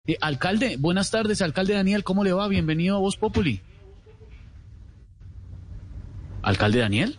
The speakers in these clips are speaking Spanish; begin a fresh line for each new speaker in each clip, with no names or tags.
Alcalde, buenas tardes, alcalde Daniel, ¿cómo le va? Bienvenido a Voz Populi. ¿Alcalde Daniel?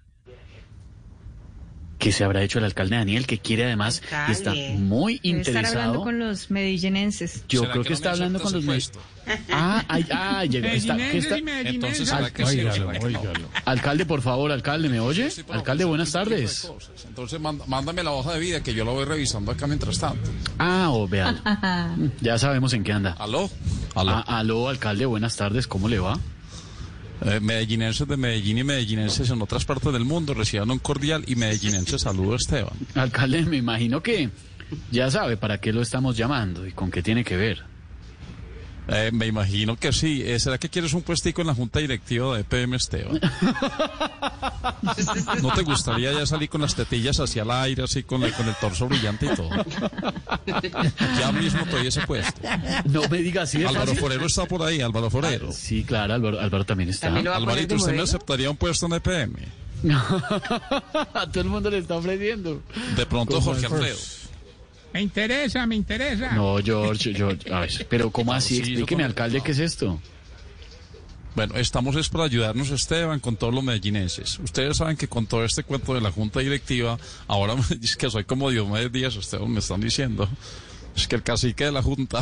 ¿Qué se habrá hecho el alcalde Daniel, que quiere además y está muy
Debe estar hablando
interesado?
con los medellinenses.
Yo
¿Será
creo que
no
está
me
hablando con
acepta
los
su
medios. Llegó.
Entonces, ¿será que sí?
Óigalo, óigalo.
Alcalde, por favor, alcalde, ¿me oye?
Sí, pero
Alcalde,
pues,
buenas
este tipo de
tardes.
cosas. Entonces, mándame la hoja de vida que yo la voy revisando acá mientras tanto.
Véalo. Ya sabemos en qué anda.
¿Aló?
Aló, alcalde, buenas tardes, ¿cómo le va?
Medellinenses de Medellín y medellinenses en otras partes del mundo reciban un cordial y medellinense saludo, Esteban.
Alcalde, me imagino que ya sabe para qué lo estamos llamando y con qué tiene que ver.
Me imagino que sí. ¿Será que quieres un puestico en la junta directiva de EPM, Esteban? ¿No te gustaría ya salir con las tetillas hacia el aire, así con el torso brillante y todo? Ya mismo te doy ese puesto.
No me diga así de
Álvaro
fácil.
Forero está por ahí, Álvaro Forero.
Sí, claro, Álvaro también está.
¿También lo va a poner
Alvarito,
de
¿usted me
modelo?
aceptaría un puesto en EPM?
A todo el mundo le está ofreciendo.
De pronto Jorge Alfredo.
Me interesa.
No, George, a ver, pero ¿cómo así?
Sí,
Explíqueme,
yo
alcalde, ¿qué es esto?
Bueno, estamos es para ayudarnos, Esteban, con todos los medellinenses. Ustedes saben que con todo este cuento de la junta directiva, ahora me dice que soy como Diomedes Díaz, Esteban, me están diciendo. Es que el cacique de la junta.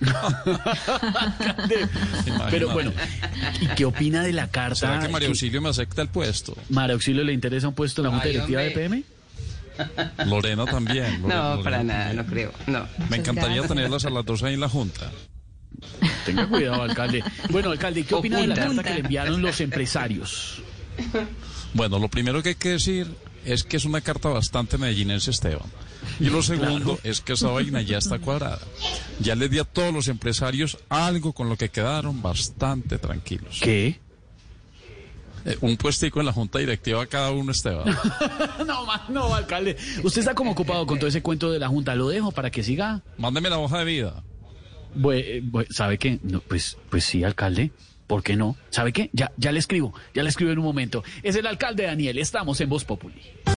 Pero bueno, ¿y qué opina de la
¿Será
carta?
que María Auxilio me acepta el puesto?
¿María Auxilio le interesa un puesto en la Junta
Ay,
Directiva de
hombre.
PM?
Lorena también.
No, para
Lorena
nada,
también.
no creo. No.
Me encantaría
Gracias.
tenerlas a las dos ahí en la junta.
Tenga cuidado, alcalde. Bueno, alcalde, ¿qué opina de la
Oculta.
carta que le enviaron los empresarios?
Bueno, lo primero que hay que decir es que es una carta bastante medellinense, Esteban. Y lo segundo es que esa vaina ya está cuadrada. Ya les di a todos los empresarios algo con lo que quedaron bastante tranquilos.
¿Qué?
Un puestico en la junta directiva a cada uno, Esteban.
No, alcalde. Usted está como ocupado con todo ese cuento de la Junta. Lo dejo para que siga.
Mándeme la hoja de vida.
¿Sabe qué? No, pues sí, alcalde. ¿Por qué no? ¿Sabe qué? Ya le escribo en un momento. Es el alcalde Daniel. Estamos en Voz Populi.